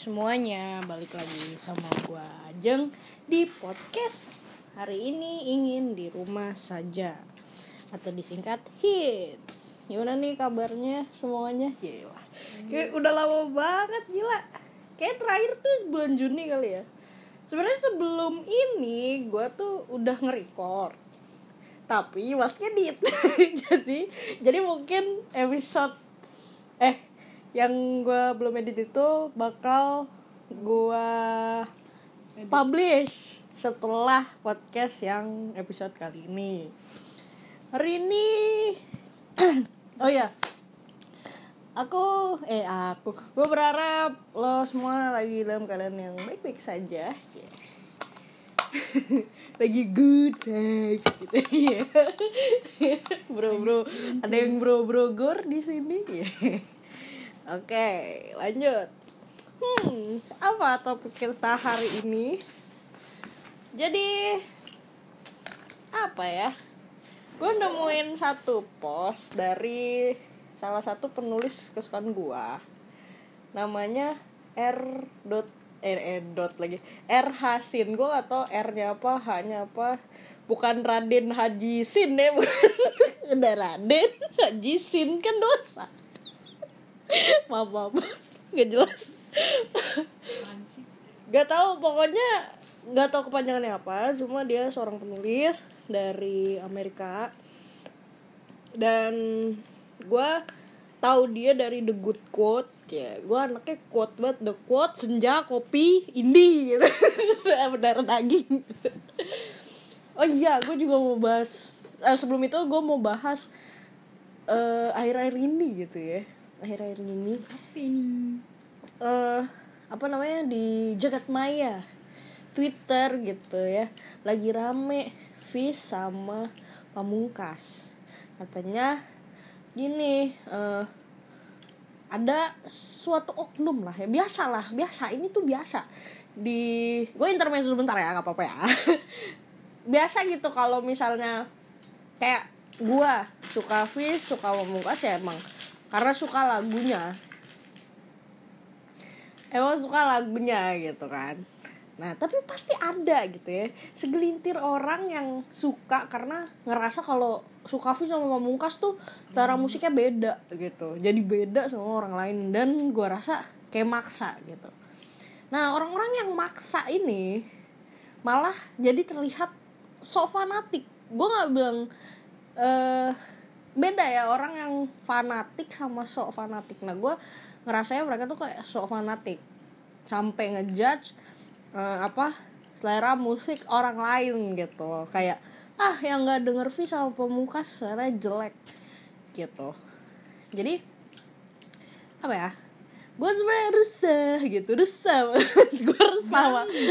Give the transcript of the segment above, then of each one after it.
semuanya, balik lagi sama gua Ajeng di podcast. Hari ini ingin di rumah saja atau disingkat hits. Gimana nih kabarnya semuanya? Gila. Kayak udah lama banget, gila. Kayak terakhir tuh bulan Juni kali ya. Sebenarnya sebelum ini gua tuh udah nge-record. Tapi was ngedit. jadi mungkin episode yang gue belum edit itu bakal gue publish setelah podcast yang episode kali ini. Hari ini oh ya, gue berharap lo semua lagi dalam keadaan yang baik-baik saja. Lagi good vibes gitu ya. Bro, ada yang bro gor di sini ya. Oke, lanjut. Apa topik kita hari ini? Jadi apa ya? Gue nemuin satu post dari salah satu penulis kesukaan gue. Namanya R Hasin. Gue gak tau R-nya apa, H-nya apa. Bukan Raden Haji Sin ya. Udah Raden Haji Sin kan dosa. maaf nggak jelas. Nggak tahu, pokoknya nggak tahu kepanjangannya apa, cuma dia seorang penulis dari Amerika dan gue tahu dia dari The Good Quote ya. Gue anaknya quote banget, The Quote, senja, kopi, indie gitu. Beneran daging. Oh iya, gue juga mau bahas sebelum itu gue mau bahas akhir-akhir ini gitu ya. Akhir-akhir ini apa namanya, di jagat maya Twitter gitu ya, lagi rame Fis sama Pamungkas. Katanya gini, ada suatu oknum lah ya, biasa ini tuh biasa di, gue intermezzo sebentar ya, nggak apa-apa ya. Biasa gitu kalau misalnya kayak gue suka Fis, suka Pamungkas ya emang karena suka lagunya, gitu kan. Nah tapi pasti ada gitu ya segelintir orang yang suka karena ngerasa kalau suka Fis sama Pamungkas tuh cara musiknya beda gitu, jadi beda sama orang lain, dan gue rasa kayak maksa gitu. Nah orang-orang yang maksa ini malah jadi terlihat sok fanatik. Gue nggak bilang beda ya orang yang fanatik sama sok fanatik. Nah gue ngerasanya mereka tuh kayak sok fanatik sampai ngejudge selera musik orang lain gitu. Kayak yang nggak denger Fis sama Pamungkas selera jelek gitu. Jadi apa ya, gue sebenarnya resah gue resah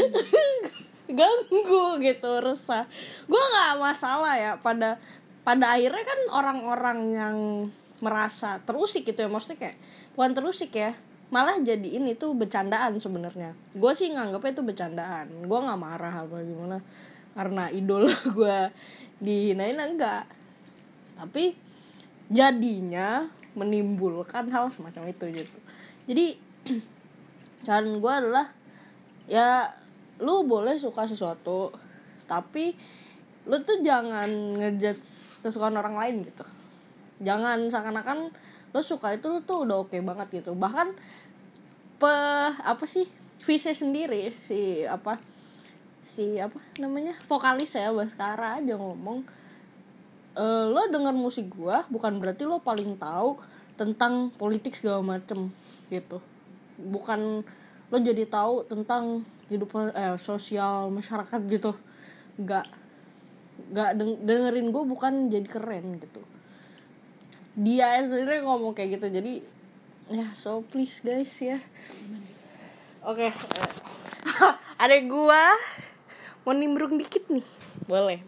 ganggu gitu, resah. Gue nggak masalah ya, pada akhirnya kan orang-orang yang merasa terusik gitu ya, maksudnya kayak bukan terusik ya, malah jadi ini tuh bercandaan sebenarnya. Gue sih nganggapnya itu bercandaan, gue nggak marah apa gimana karena idola gue dihinain, enggak, tapi jadinya menimbulkan hal semacam itu gitu. Jadi saran gue adalah ya lu boleh suka sesuatu, tapi lu tuh jangan ngejudge kesukaan orang lain gitu. Jangan seakan-akan lu suka itu lu tuh udah oke banget gitu. Bahkan Fis sendiri si vokalis ya, Baskara aja ngomong, lo denger musik gua bukan berarti lo paling tahu tentang politik segala macem gitu. Bukan lo jadi tahu tentang kehidupan sosial masyarakat gitu. Enggak dengerin gue bukan jadi keren gitu. Dia sendiri ngomong kayak gitu. Jadi ya so please guys ya. Oke. Ada gue mau nimbrung dikit nih. Boleh.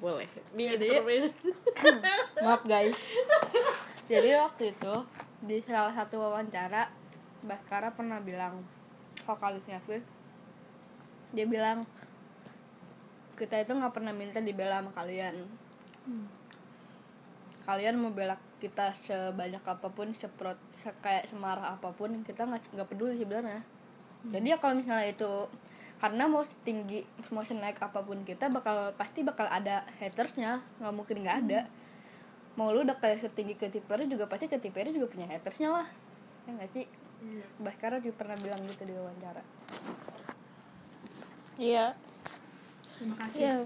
Maaf guys. Jadi waktu itu di salah satu wawancara Baskara pernah bilang, vokalisnya Fis, dia bilang kita itu nggak pernah minta dibela sama kalian. Kalian mau bela kita sebanyak apapun, kayak semarah apapun, kita nggak peduli sebenarnya. Jadi ya kalau misalnya itu, karena mau tinggi, mau naik apapun kita pasti bakal ada hatersnya, nggak mungkin nggak ada. Mau lu udah kayak setinggi Katy Perry juga pasti Katy Perry juga punya hatersnya lah, ya nggak sih? Baskara juga pernah bilang gitu di wawancara. Iya. Terima kasih. Iya.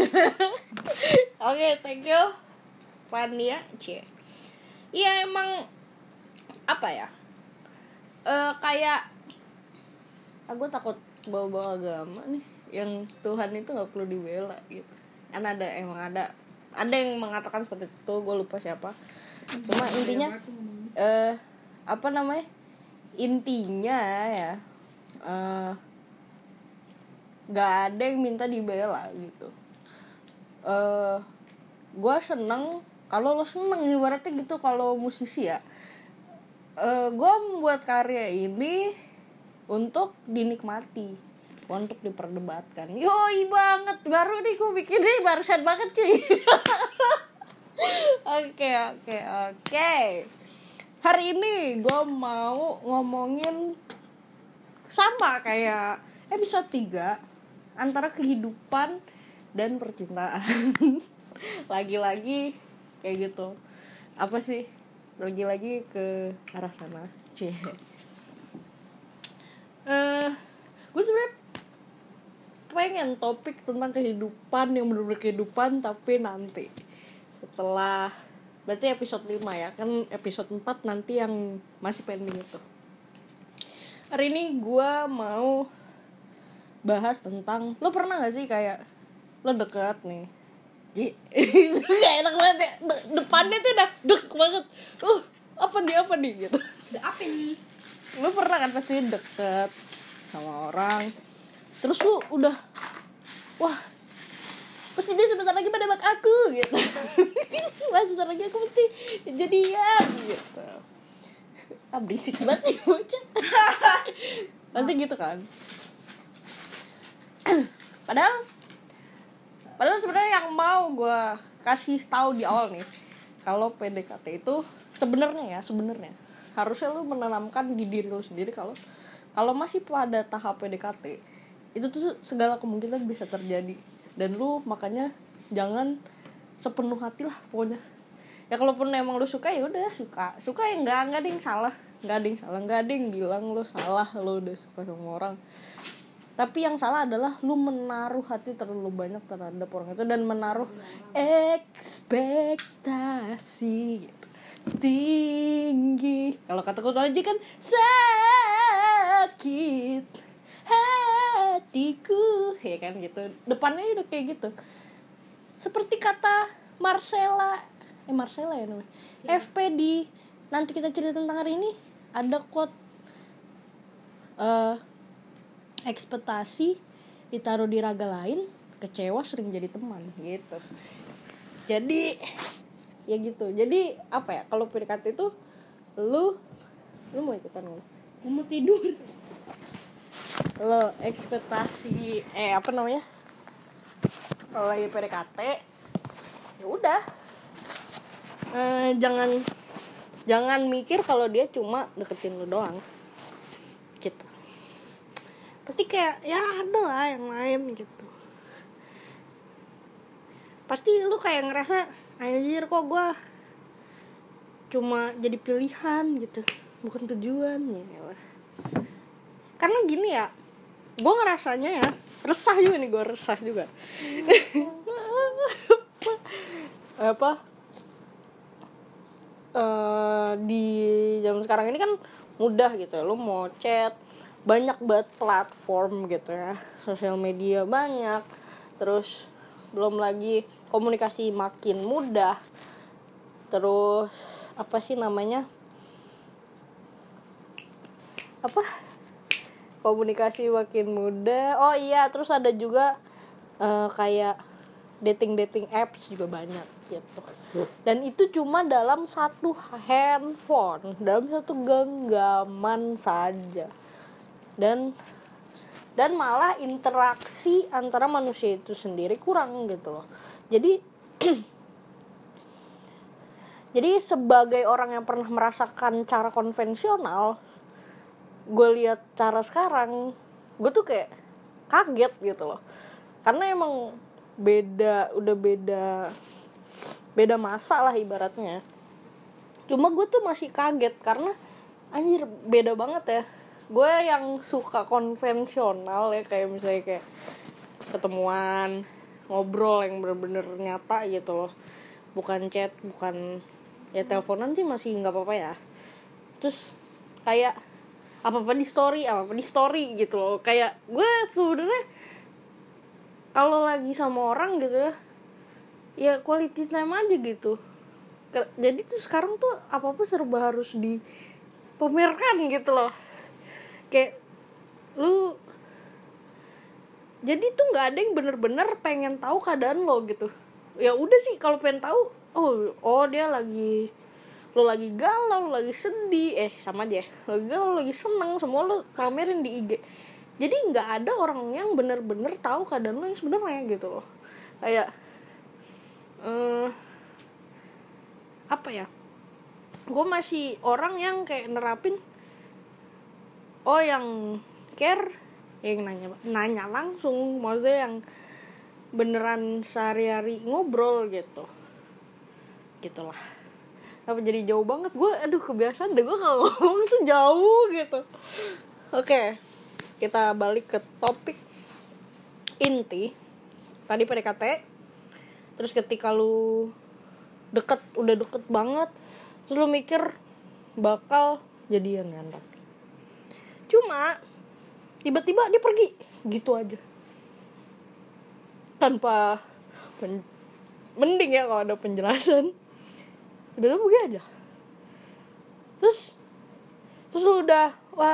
Oke, thank you Fania. Iya, emang apa ya? Kayak aku takut bawa-bawa agama nih, yang Tuhan itu nggak perlu dibela gitu. Kan emang ada yang mengatakan seperti itu, gue lupa siapa. Cuma intinya apa namanya? Intinya ya nggak ada yang minta dibela gitu. Gue seneng kalau lo seneng, ibaratnya gitu. Kalau musisi ya, gue membuat karya ini untuk dinikmati, untuk diperdebatkan. Yoi banget, baru nih gue bikinnya barusan banget cuy. Oke. Hari ini gue mau ngomongin sama kayak episode 3, antara kehidupan dan percintaan. Lagi-lagi kayak gitu. Apa sih? Lagi-lagi ke arah sana. Cie. Gue sebenernya pengen topik tentang kehidupan yang bener-bener kehidupan, tapi nanti setelah, berarti episode 5 ya, kan episode 4 nanti yang masih pending itu. Hari ini gue mau bahas tentang, lo pernah gak sih kayak lo deket nih, gak enak banget ya, depannya tuh udah dek banget, apa nih gitu. Apa nih? Lo pernah kan pasti deket sama orang, terus lu udah, wah pasti dia sebentar lagi menembak aku gitu. Wah sebentar lagi aku mesti jadian gitu. Berisik banget nih bocah. Nanti gitu kan. Padahal sebenarnya yang mau gue kasih tahu di awal nih, kalau PDKT itu sebenarnya harusnya lu menanamkan di diri lu sendiri kalau masih pada tahap PDKT itu tuh segala kemungkinan bisa terjadi, dan lu makanya jangan sepenuh hati lah pokoknya. Ya kalaupun emang lu suka ya udah suka ya, nggak ada yang salah, nggak ada yang bilang lu salah, lu udah suka sama orang. Tapi yang salah adalah lu menaruh hati terlalu banyak terhadap orang itu, dan menaruh ekspektasi gitu tinggi. Kalau kata Kunto Aji kan sakit hatiku, ya kan gitu. Depannya udah kayak gitu. Seperti kata Marcella ya namanya. FP di Nanti Kita Cerita Tentang Hari Ini ada quote, ekspektasi ditaruh di raga lain, kecewa sering jadi teman gitu. Jadi ya gitu. Jadi apa ya, kalau PDKT itu lu mau ikutan nggak? Gue mau tidur. Lo ekspektasi apa namanya, kalau lagi PDKT ya udah, jangan mikir kalau dia cuma deketin lu doang gitu. Pasti kayak ya ada lah yang lain gitu. Pasti lu kayak ngerasa, anjir kok gue cuma jadi pilihan gitu, bukan tujuan ya. Karena gini ya, gue ngerasanya ya, resah juga di zaman sekarang ini kan mudah gitu, lu mau chat banyak banget platform gitu ya, sosial media banyak, terus belum lagi komunikasi makin mudah, terus apa sih namanya, komunikasi makin mudah. Oh iya, terus ada juga kayak dating apps juga banyak gitu. Dan itu cuma dalam satu handphone, dalam satu genggaman saja. Dan malah interaksi antara manusia itu sendiri kurang gitu loh. Jadi jadi sebagai orang yang pernah merasakan cara konvensional, gue lihat cara sekarang, gue tuh kayak kaget gitu loh, karena emang udah beda masa lah ibaratnya. Cuma gue tuh masih kaget karena anjir beda banget ya. Gue yang suka konvensional ya, kayak misalnya kayak ketemuan, ngobrol yang bener-bener nyata gitu loh, bukan chat, bukan ya teleponan sih masih nggak apa-apa ya. Terus kayak apa-apa di story gitu loh. Kayak gue sebenarnya kalau lagi sama orang gitu ya quality time aja gitu. Jadi tuh sekarang tuh apa-apa serba harus dipamerkan gitu loh. Kayak lu, jadi tuh nggak ada yang bener-bener pengen tahu keadaan lo gitu. Ya udah sih, kalau pengen tahu, oh dia lagi, lo lagi galau, lo lagi sedih, sama aja ya. Lagi galau, lagi seneng, semua lo pamerin di IG. Jadi nggak ada orang yang bener-bener tahu keadaan lo yang sebenarnya gitu loh. Kayak apa ya? Gue masih orang yang kayak nerapin, yang care, yang nanya langsung, maksudnya yang beneran sehari-hari ngobrol gitu, gitulah. Apa jadi jauh banget gue, kebiasaan deh gue kalau ngomong tuh jauh gitu. Oke, kita balik ke topik inti. Tadi PDKT, terus ketika lu udah deket banget, terus lu mikir bakal jadian ya ntar. Cuma tiba-tiba dia pergi gitu aja, tanpa mending ya kalau ada penjelasan. Tiba-tiba pergi aja. Terus udah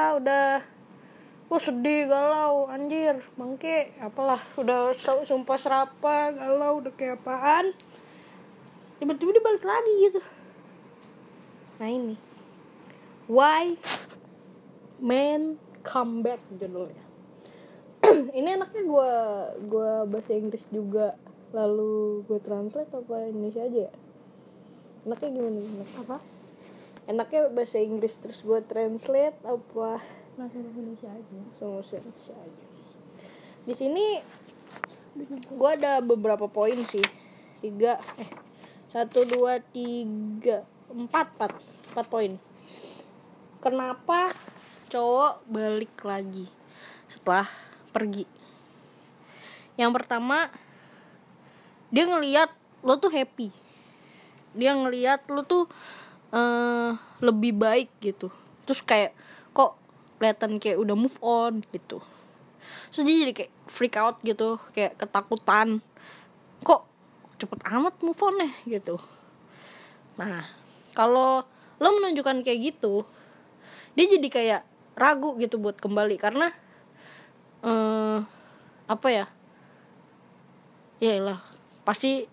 sedih, galau, anjir, bangke, apalah, udah sumpah serapa, galau, udah kayak apaan. Tiba-tiba dia balik lagi gitu. Nah ini Why Men Come Back judulnya. Ini enaknya gue bahasa Inggris juga, lalu gue translate apa Indonesia aja ya? Enaknya gimana? Apa? Enaknya bahasa Inggris terus gue translate apa? Bahasa Indonesia aja. Indonesia aja. Di sini gue ada beberapa poin sih. 4 poin. Kenapa cowok balik lagi setelah pergi? Yang pertama, dia ngelihat lo tuh happy. Dia ngelihat lo tuh lebih baik gitu. Terus kayak kok kelihatan kayak udah move on gitu. Terus dia jadi kayak freak out gitu, kayak ketakutan. Kok cepet amat move on gitu. Nah, kalau lo menunjukkan kayak gitu, dia jadi kayak ragu gitu buat kembali, karena apa ya? Yaelah, pasti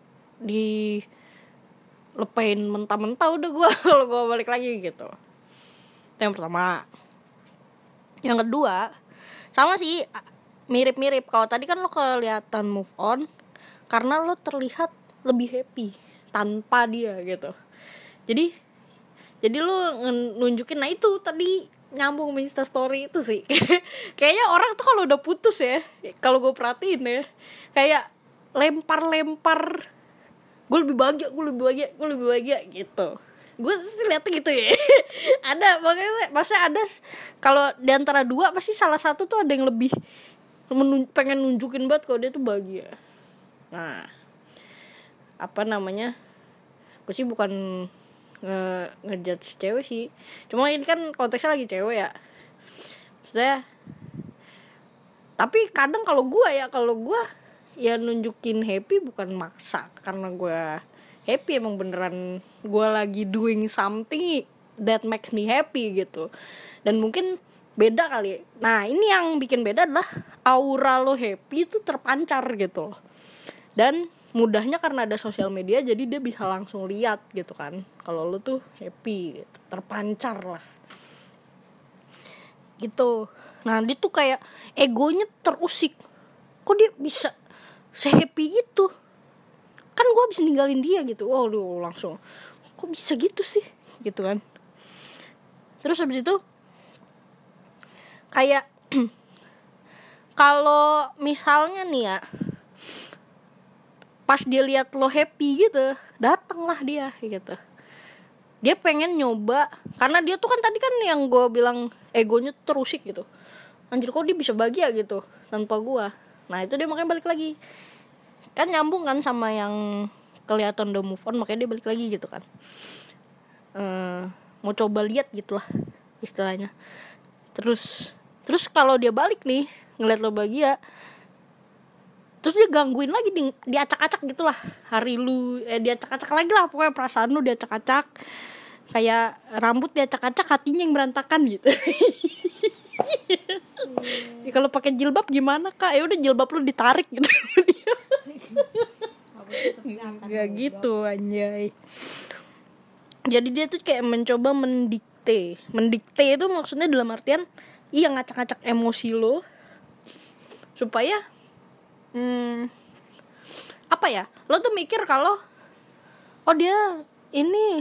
dilepain mentah-mentah udah gue kalau gue balik lagi gitu. Itu yang pertama. Yang kedua, sama sih, mirip-mirip. Kalau tadi kan lo kelihatan move on karena lo terlihat lebih happy tanpa dia gitu. Jadi lo nunjukin, nah itu tadi nyambung Insta story itu sih. Kayaknya orang tuh kalau udah putus ya, kalau gue perhatiin ya, kayak lempar, gue lebih bahagia gitu. Gue sih lihatnya gitu ya. Ada makanya, maksudnya ada, kalau di antara dua pasti salah satu tuh ada yang lebih pengen nunjukin banget kalau dia tuh bahagia. Nah, apa namanya, gue sih bukan ngejudge cewek sih, cuma ini kan konteksnya lagi cewek ya, maksudnya. Tapi kadang kalau gue ya nunjukin happy bukan maksa, karena gue happy, emang beneran gue lagi doing something that makes me happy gitu. Dan mungkin beda kali. Nah, ini yang bikin beda adalah aura lo happy itu terpancar gitu loh. Dan mudahnya karena ada sosial media, jadi dia bisa langsung lihat gitu kan kalau lo tuh happy gitu, terpancar lah gitu. Nah, dia tuh kayak egonya terusik, kok dia bisa se-happy itu, kan gue habis ninggalin dia gitu. Lu langsung kok bisa gitu sih gitu kan. Terus habis itu kayak kalau misalnya nih ya, pas dia lihat lo happy gitu, datanglah dia gitu. Dia pengen nyoba, karena dia tuh kan tadi kan yang gue bilang egonya terusik gitu. Anjir kok dia bisa bahagia gitu tanpa gue. Nah itu dia makanya balik lagi. Kan nyambung kan sama yang kelihatan udah move on, makanya dia balik lagi gitu kan. Mau coba lihat gitulah istilahnya. Terus kalau dia balik nih ngeliat lo bahagia, terus dia gangguin lagi, diacak-acak gitulah hari lu, diacak-acak lagi lah pokoknya, perasaan lu diacak-acak kayak rambut diacak-acak, hatinya yang berantakan gitu. Ya, kalau pakai jilbab gimana kak? Ya udah jilbab lu ditarik gitu. Gak gitu anjay. Jadi dia tuh kayak mencoba mendikte itu maksudnya dalam artian iya ngacak-ngacak emosi lo supaya apa ya, lo tuh mikir kalau oh dia ini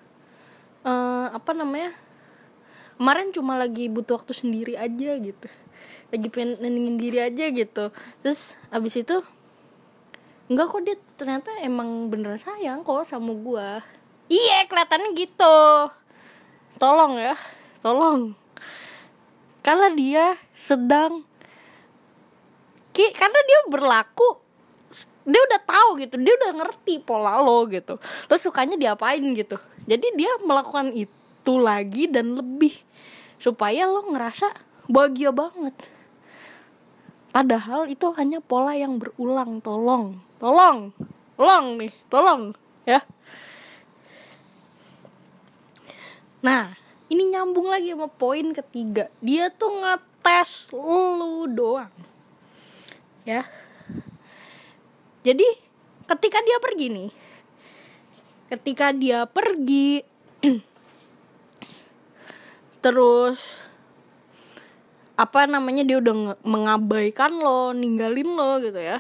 kemarin cuma lagi butuh waktu sendiri aja gitu, lagi pengen nenangin diri aja gitu. Terus abis itu enggak kok, dia ternyata emang beneran sayang kok sama gua. Iya kelihatannya gitu. Tolong karena dia sedang karena dia berlaku, dia udah tahu gitu, dia udah ngerti pola lo gitu, lo sukanya diapain gitu. Jadi dia melakukan itu lagi dan lebih supaya lo ngerasa bahagia banget. Padahal itu hanya pola yang berulang. Tolong ya. Nah ini nyambung lagi sama poin ketiga, dia tuh ngetes lu doang ya. Jadi ketika dia pergi terus dia udah mengabaikan lo, ninggalin lo gitu ya,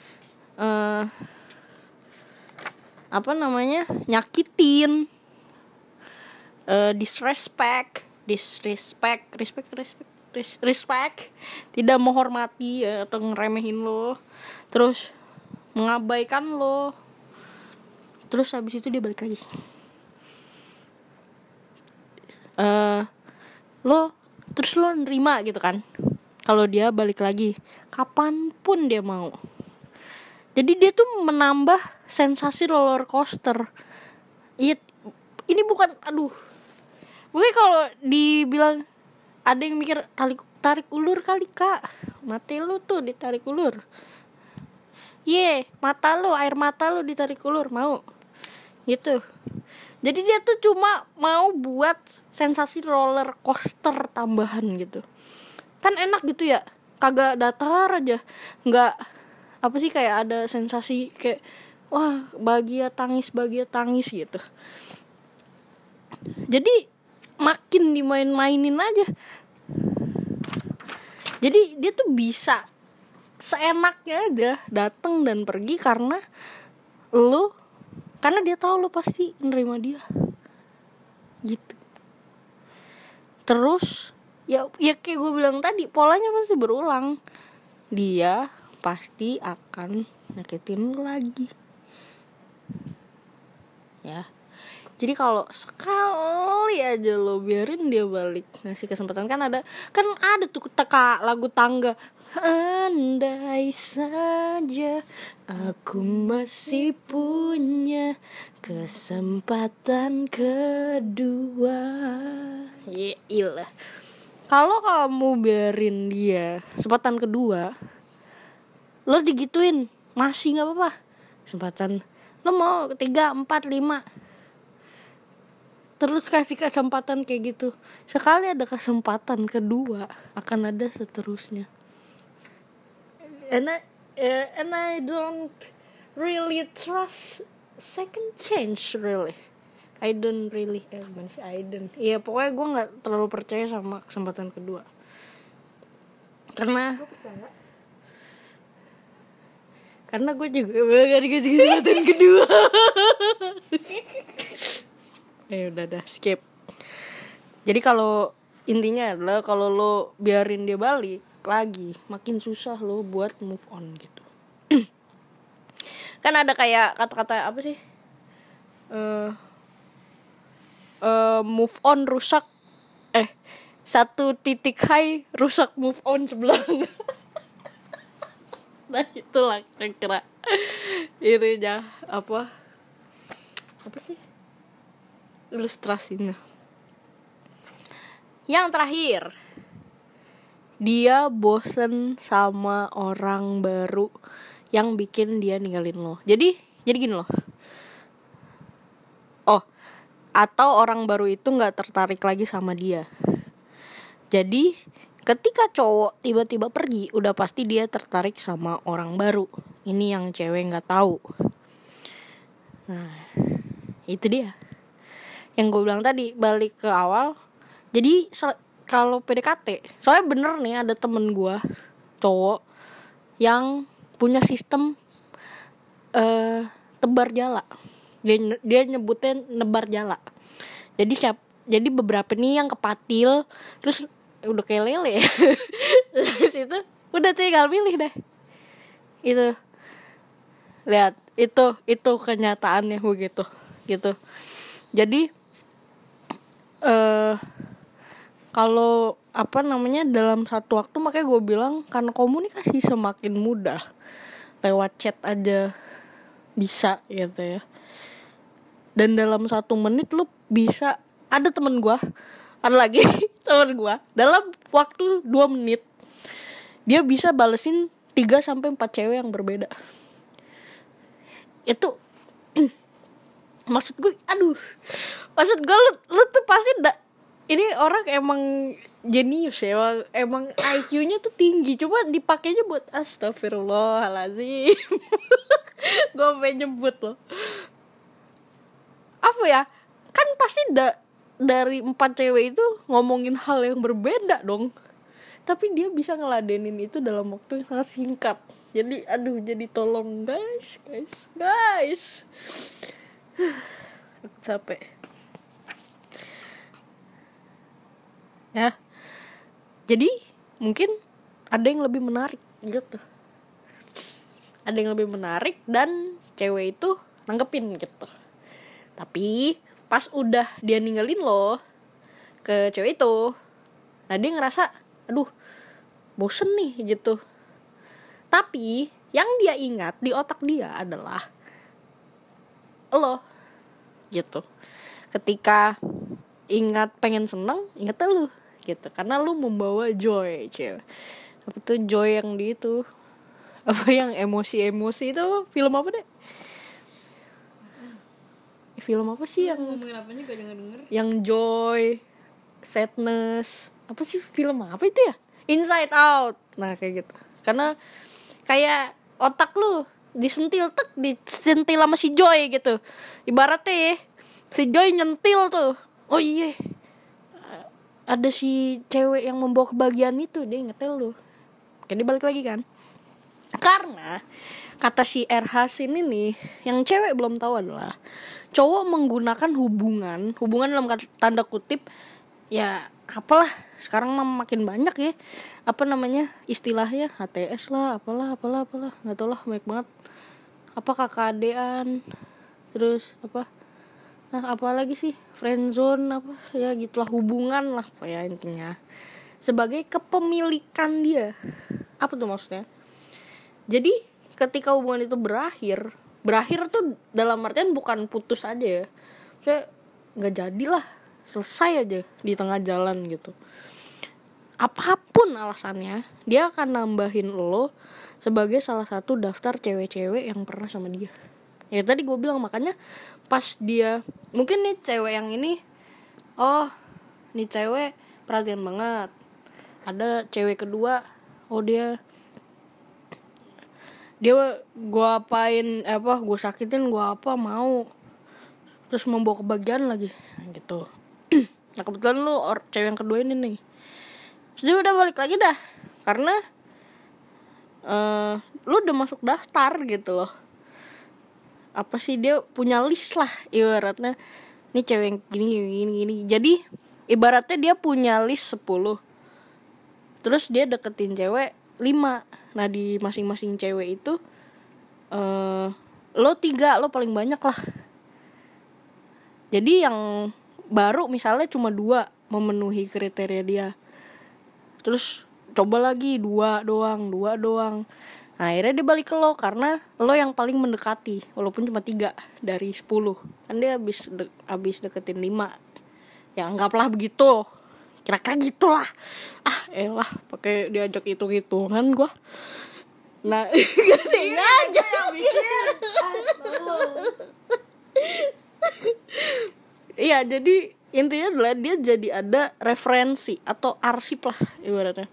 nyakitin, disrespect, tidak menghormati ya, atau ngeremehin lo, terus mengabaikan lo, terus habis itu dia balik lagi. Lo nerima gitu kan kalau dia balik lagi kapanpun dia mau. Jadi dia tuh menambah sensasi roller coaster. Ini bukan kalau dibilang ada yang mikir tarik ulur kali kak, mati lu tuh ditarik ulur. Air mata lu ditarik ulur, mau gitu. Jadi dia tuh cuma mau buat sensasi roller coaster tambahan gitu. Kan enak gitu ya, kagak datar aja, nggak kayak ada sensasi kayak wah bahagia tangis gitu. Jadi makin dimain-mainin aja. Jadi dia tuh bisa seenaknya aja datang dan pergi karena dia tahu lo pasti nerima dia gitu. Terus ya kayak gue bilang tadi, polanya pasti berulang, dia pasti akan nyakitin lo lagi ya. Jadi kalau sekali aja lo biarin dia balik, ngasih kesempatan, kan ada tuh lagu tangga, andai saja aku masih punya kesempatan kedua. Iyalah. Kalau kamu biarin dia kesempatan kedua, lo digituin masih nggak apa-apa. Kesempatan lo mau 3, 4, 5 terus kasih kesempatan kayak gitu. Sekali ada kesempatan kedua, akan ada seterusnya. And I don't really trust second chance really. I don't really Iya pokoknya gue nggak terlalu percaya sama kesempatan kedua. Karena gue juga gak dikasih kesempatan kedua. Udah skip. Jadi kalau intinya adalah kalau lo biarin dia balik lagi, makin susah lo buat move on gitu. Kan ada kayak kata-kata apa sih, move on rusak, 1 titik high rusak move on sebelah. Nah itulah kira-kira ininya apa sih ilustrasinya. Yang terakhir, dia bosen sama orang baru yang bikin dia ninggalin lo. Jadi gini loh. Atau orang baru itu nggak tertarik lagi sama dia. Jadi ketika cowok tiba-tiba pergi, udah pasti dia tertarik sama orang baru. Ini yang cewek nggak tahu. Nah, itu dia. Yang gue bilang tadi, balik ke awal. Jadi kalau PDKT, soalnya bener nih ada temen gue cowok yang punya sistem tebar jala. Dia nyebutnya nebar jala. Jadi beberapa nih yang kepatil, terus udah kayak lele. Terus itu udah tinggal pilih deh. Itu lihat, itu kenyataannya begitu gitu. Jadi kalau dalam satu waktu, makanya gue bilang karena komunikasi semakin mudah, lewat chat aja bisa gitu ya. Dan dalam 1 menit lu bisa, ada temen gue, ada lagi temen gue, dalam waktu 2 menit dia bisa balesin 3-4 cewek yang berbeda. Itu maksud gue lu tuh pasti ini orang emang jenius ya, emang IQ-nya tuh tinggi, cuma dipakainya buat astagfirullahalazim. Gue pengen nyebut loh. Apa ya? Kan pasti dari 4 cewek itu ngomongin hal yang berbeda dong. Tapi dia bisa ngeladenin itu dalam waktu yang sangat singkat. Jadi jadi tolong guys. Capek. Ya. Jadi mungkin ada yang lebih menarik gitu. Ada yang lebih menarik dan cewek itu nanggepin gitu. Tapi pas udah dia ninggalin lo ke cewek itu, nah dia ngerasa bosen nih gitu. Tapi yang dia ingat di otak dia adalah lo gitu. Ketika ingat pengen seneng, ingat lu gitu, karena lu membawa joy, cewek. Apa tuh joy yang di itu, apa yang emosi itu, film apa deh? Film apa sih yang ngomongin apanya gak denger? Yang joy, sadness, apa sih film apa itu ya? Inside Out. Nah kayak gitu. Karena kayak otak lu disentil sama si Joy gitu. Ibaratnya si Joy nyentil tuh. Oh iya, ada si cewek yang membawa kebahagiaan itu, dia ngetel lu. Kayak dia balik lagi kan. Karena kata si RH ini nih, yang cewek belum tahu adalah cowok menggunakan hubungan dalam tanda kutip, ya apalah, sekarang makin banyak ya, istilahnya HTS lah, apalah, nggak tahu lah, banyak banget, KKD-an, terus apa lagi sih, friendzone, ya gitulah, hubungan lah ya intinya, sebagai kepemilikan dia. Apa tuh maksudnya? Jadi ketika hubungan itu berakhir tuh dalam artian bukan putus aja ya, saya nggak jadilah, selesai aja di tengah jalan gitu. Apapun alasannya, dia akan nambahin lo sebagai salah satu daftar cewek-cewek yang pernah sama dia. Ya tadi gue bilang, makanya pas dia, mungkin nih cewek yang ini, nih cewek perhatian banget. Ada cewek kedua, gue apain, gue sakitin, gue mau, terus membawa kebahagiaan lagi, gitu. Nah kebetulan lu cewek yang kedua ini nih, terus dia udah balik lagi dah, karena lu udah masuk daftar gitu loh. Dia punya list lah ibaratnya, nih cewek yang gini. Jadi ibaratnya dia punya list 10. Terus dia deketin cewek 5. Nah di masing-masing cewek itu lo 3, lo paling banyak lah. Jadi yang baru misalnya cuma 2 memenuhi kriteria dia. Terus coba lagi 2 doang. Nah, akhirnya dia balik ke lo karena lo yang paling mendekati walaupun cuma 3 dari 10. Kan dia habis deketin 5. Ya anggaplah begitu. Kira-kira gitulah. Elah pakai diajak hitung-hitungan gua. Nah, gini aja Iya, jadi intinya adalah dia jadi ada referensi atau arsip lah ibaratnya.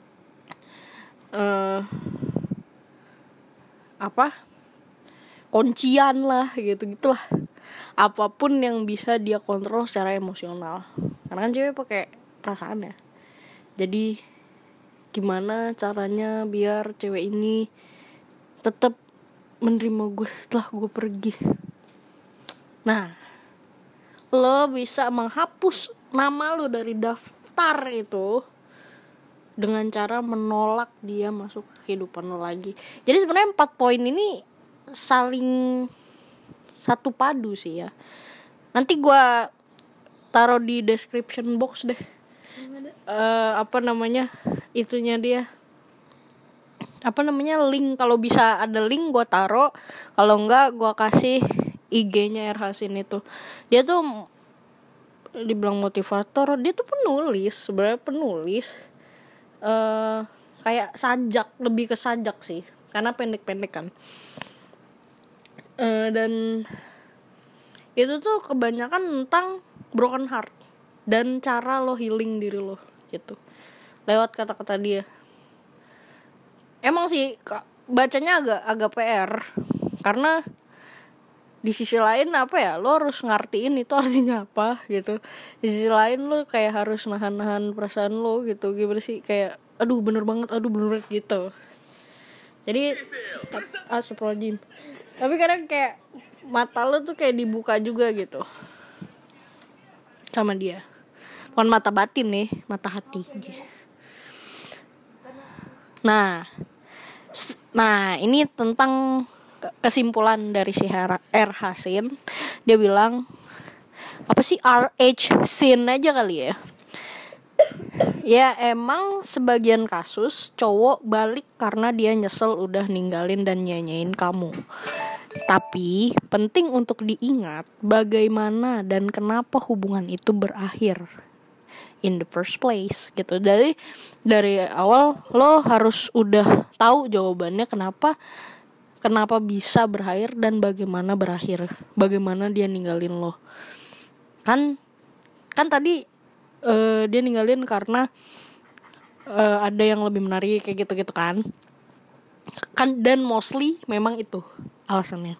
Kuncian lah gitu-gitulah. Apapun yang bisa dia kontrol secara emosional. Karena kan cewek pakai perasaan ya. Jadi gimana caranya biar cewek ini tetap menerima gue setelah gue pergi. Nah, lo bisa menghapus nama lo dari daftar itu dengan cara menolak dia masuk ke kehidupan lo lagi. Jadi sebenarnya 4 poin ini saling satu padu sih ya. Nanti gue taruh di description box deh. Itunya dia. Link, kalau bisa ada link gue taruh. Kalau enggak gue kasih IG-nya R. Hasin itu. Dia tuh dibilang motivator, dia tuh sebenarnya penulis. Kayak sajak, lebih ke sajak sih. Karena pendek-pendek kan. Dan itu tuh kebanyakan tentang broken heart dan cara lo healing diri lo gitu. Lewat kata-kata dia. Emang sih bacanya agak PR karena di sisi lain lo harus ngertiin itu artinya apa gitu. Di sisi lain lo kayak harus nahan perasaan lo gitu. Gimana sih, kayak bener banget gitu. Jadi astagfirullahaladzim. Tapi kadang kayak mata lo tuh kayak dibuka juga gitu sama dia. Bukan mata batin nih, mata hati. Nah ini tentang kesimpulan dari si R. Hasin. Dia bilang apa sih, RH Sin aja kali ya. Ya emang sebagian kasus cowok balik karena dia nyesel udah ninggalin dan nyanyain kamu. Tapi penting untuk diingat bagaimana dan kenapa hubungan itu berakhir in the first place gitu. Jadi dari awal lo harus udah tahu jawabannya kenapa bisa berakhir dan bagaimana berakhir, bagaimana dia ninggalin lo. Kan tadi dia ninggalin karena ada yang lebih menarik kayak gitu kan. Dan mostly memang itu alasannya.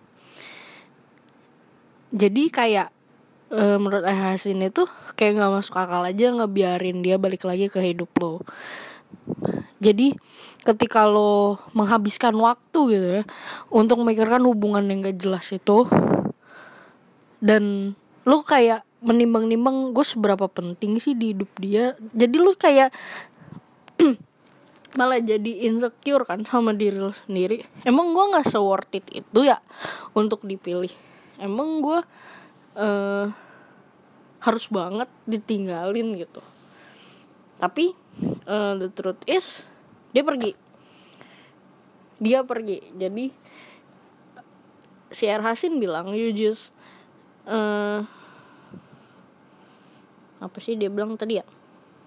Jadi kayak menurut Hasin itu kayak nggak masuk akal aja ngebiarin dia balik lagi ke hidup lo. Jadi ketika lo menghabiskan waktu gitu ya untuk memikirkan hubungan yang gak jelas itu, dan lo kayak menimbang-nimbang gue seberapa penting sih di hidup dia, jadi lo kayak malah jadi insecure kan sama diri lo sendiri. Emang gue nggak worth it itu ya untuk dipilih? Emang gue harus banget ditinggalin gitu? Tapi the truth is dia pergi. Jadi si R. Hasin bilang you just apa sih dia bilang tadi ya?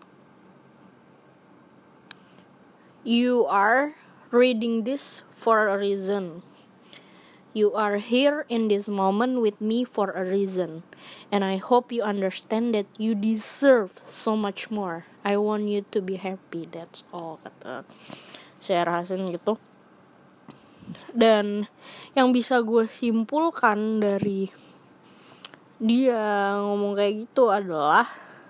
You are reading this for a reason. You are here in this moment with me for a reason. And I hope you understand that you deserve so much more. I want you to be happy. That's all, kata R. Hasin gitu. Dan yang bisa gue simpulkan dari dia ngomong kayak gitu adalah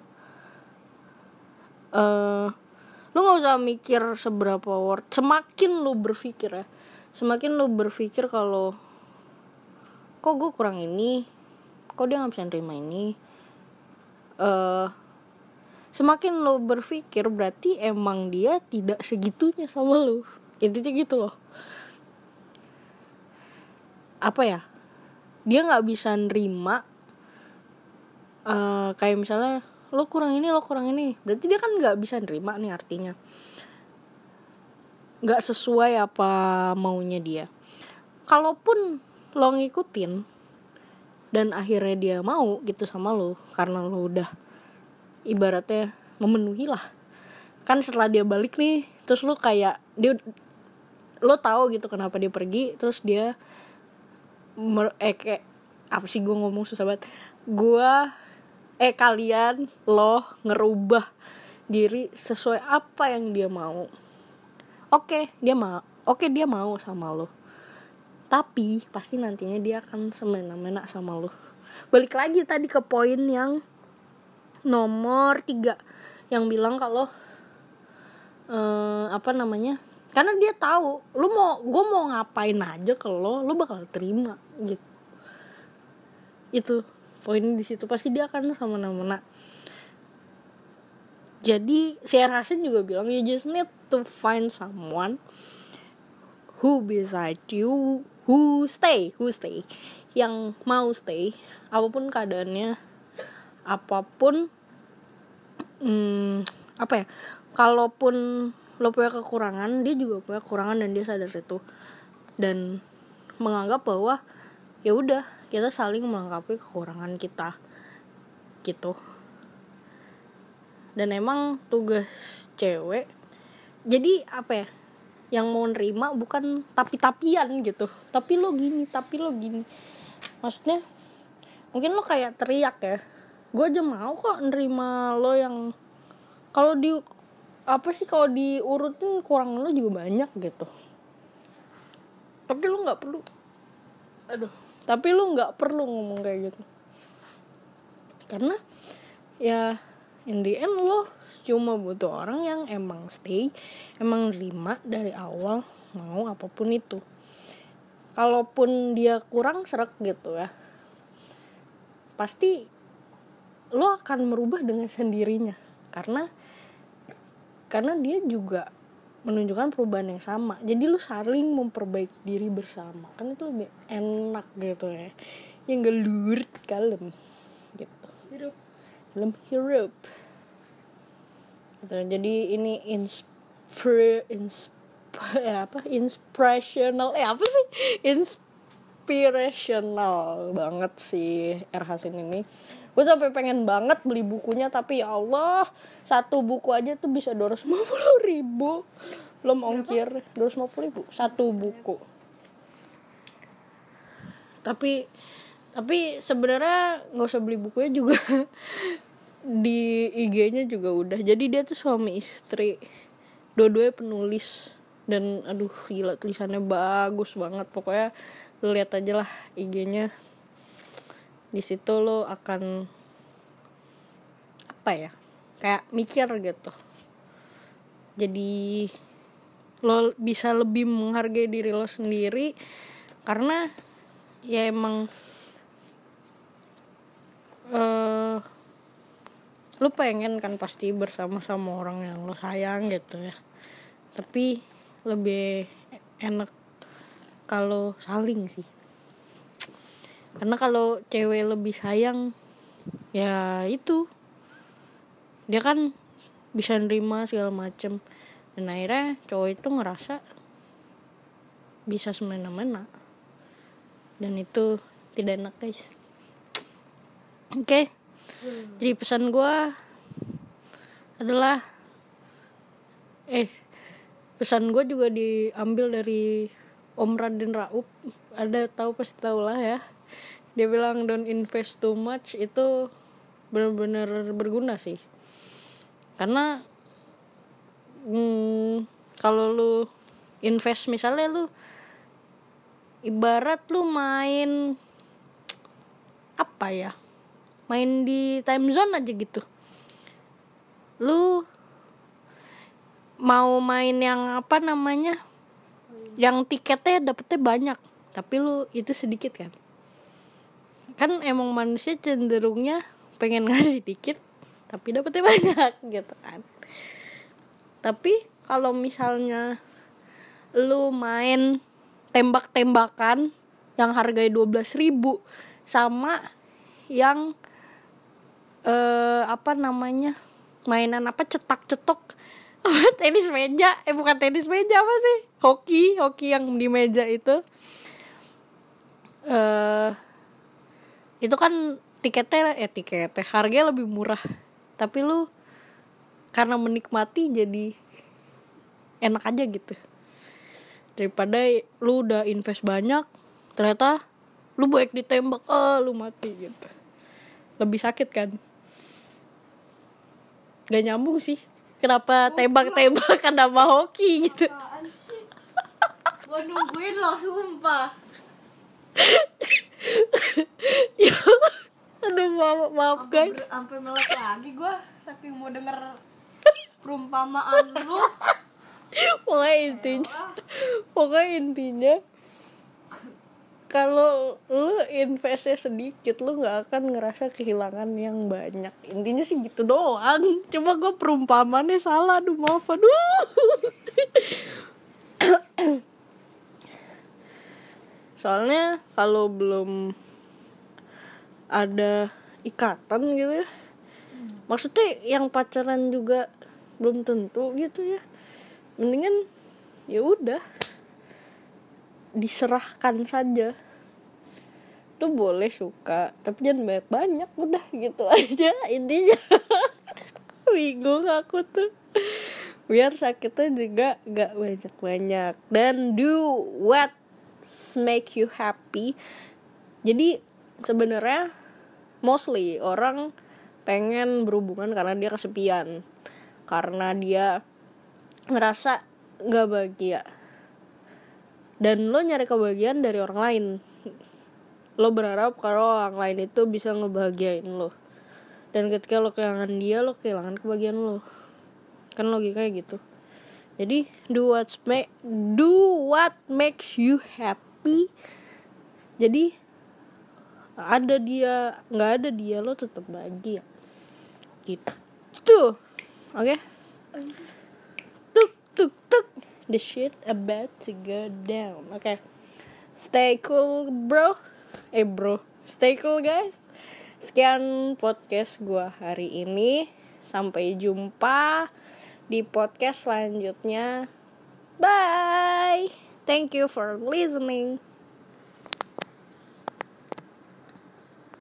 lu gak usah mikir seberapa worth. Semakin lu berpikir kalau kok gue kurang ini, kok dia gak bisa nerima ini, semakin lo berpikir berarti emang dia tidak segitunya sama lo. Intinya gitu loh. Apa ya, dia nggak bisa nerima kayak misalnya lo kurang ini, berarti dia kan nggak bisa nerima nih, artinya nggak sesuai apa maunya dia. Kalaupun lo ngikutin dan akhirnya dia mau gitu sama lo karena lo udah ibaratnya memenuhi lah, kan setelah dia balik nih, terus lo kayak lo tahu gitu kenapa dia pergi, terus dia kayak apa sih, gue ngomong susah banget, kalian lo ngerubah diri sesuai apa yang dia mau. Oke, dia mau sama lo, tapi pasti nantinya dia akan semena-mena sama lo. Balik lagi tadi ke poin yang nomor 3 yang bilang kalau karena dia tahu gue mau ngapain aja ke lo bakal terima gitu. Itu poinnya di situ, pasti dia akan semena-mena. Jadi si Hasan juga bilang, you just need to find someone who beside you, who stay, yang mau stay apapun keadaannya, apapun kalaupun lo punya kekurangan, dia juga punya kekurangan dan dia sadar itu, dan menganggap bahwa ya udah kita saling melengkapi kekurangan kita gitu. Dan emang tugas cewek jadi yang mau nerima bukan tapi-tapian gitu, tapi lo gini, maksudnya mungkin lo kayak teriak ya, gue aja mau kok nerima lo yang kalau diurutin kurang lo juga banyak gitu, tapi lo nggak perlu ngomong kayak gitu, karena ya in the end lo cuma butuh orang yang emang stay, emang nerima dari awal, mau apapun itu. Kalaupun dia kurang sreg gitu ya, pasti lo akan merubah dengan sendirinya, karena dia juga menunjukkan perubahan yang sama. Jadi lo saling memperbaiki diri bersama, kan itu lebih enak gitu ya, yang gelur kalem gitu, dalam hirup gitu. Jadi ini inspirational banget sih Hasan ini. Gue sampai pengen banget beli bukunya, tapi ya Allah, satu buku aja tuh bisa 250.000, belum ongkir. 250.000 satu buku. Tapi sebenarnya nggak usah beli bukunya juga. Di IG-nya juga udah. Jadi dia tuh suami istri, dua-duanya penulis, dan aduh gila tulisannya bagus banget. Pokoknya lo lihat aja lah IG-nya. Di situ lo akan kayak mikir gitu. Jadi lo bisa lebih menghargai diri lo sendiri, karena ya emang lo pengen kan pasti bersama-sama orang yang lo sayang gitu ya. Tapi lebih enak kalau saling sih, karena kalau cewek lebih sayang ya itu dia kan bisa nerima segala macem, dan akhirnya cowok itu ngerasa bisa semena-mena, dan itu tidak enak guys. Oke. Jadi pesan gue adalah pesan gue juga diambil dari Om Raden Raup, pasti tahu lah ya. Dia bilang don't invest too much, itu benar-benar berguna sih. Karena kalau lu invest, misalnya lu ibarat lu main di time zone aja gitu. Lu mau main yang yang tiketnya dapetnya banyak, tapi lu itu sedikit kan emang manusia cenderungnya pengen ngasih dikit tapi dapetnya banyak gitu kan. Tapi kalau misalnya lu main tembak-tembakan yang harganya 12.000 sama yang mainan cetak-cetok tenis meja, bukan tenis meja, apa sih, hoki yang di meja itu kan tiketnya harganya lebih murah, tapi lu karena menikmati jadi enak aja gitu, daripada lu udah invest banyak ternyata lu baik ditembak lu mati gitu, lebih sakit kan. Gak nyambung sih, kenapa tembak-tembakan sama hoki gitu. Gue nungguin loh, sumpah. Ya, aduh maaf guys. Sampai melek lagi gue, tapi mau denger perumpamaan lu. Pokoknya intinya kalau lu investnya sedikit, lu nggak akan ngerasa kehilangan yang banyak. Intinya sih gitu doang. Cuma gue perumpamannya salah, maaf. Soalnya kalau belum ada ikatan gitu ya, maksudnya yang pacaran juga belum tentu gitu ya, mendingan ya udah diserahkan saja. Tuh boleh suka tapi jangan banyak-banyak, udah gitu aja intinya. Bingung aku tuh, biar sakitnya juga gak banyak-banyak, dan do what make you happy. Jadi sebenarnya mostly orang pengen berhubungan karena dia kesepian, karena dia ngerasa gak bahagia, dan lo nyari kebahagiaan dari orang lain. Lo berharap kalau orang lain itu bisa ngebahagiain lo, dan ketika lo kehilangan dia, lo kehilangan kebahagiaan lo. Kan logikanya gitu. Jadi do what makes you happy. Jadi ada dia nggak ada dia, lo tetap bahagia gitu. Oke? Tuk the shit about to go down. Oke. Stay cool bro. Stay cool guys. Sekian podcast gua hari ini. Sampai jumpa di podcast selanjutnya. Bye. Thank you for listening.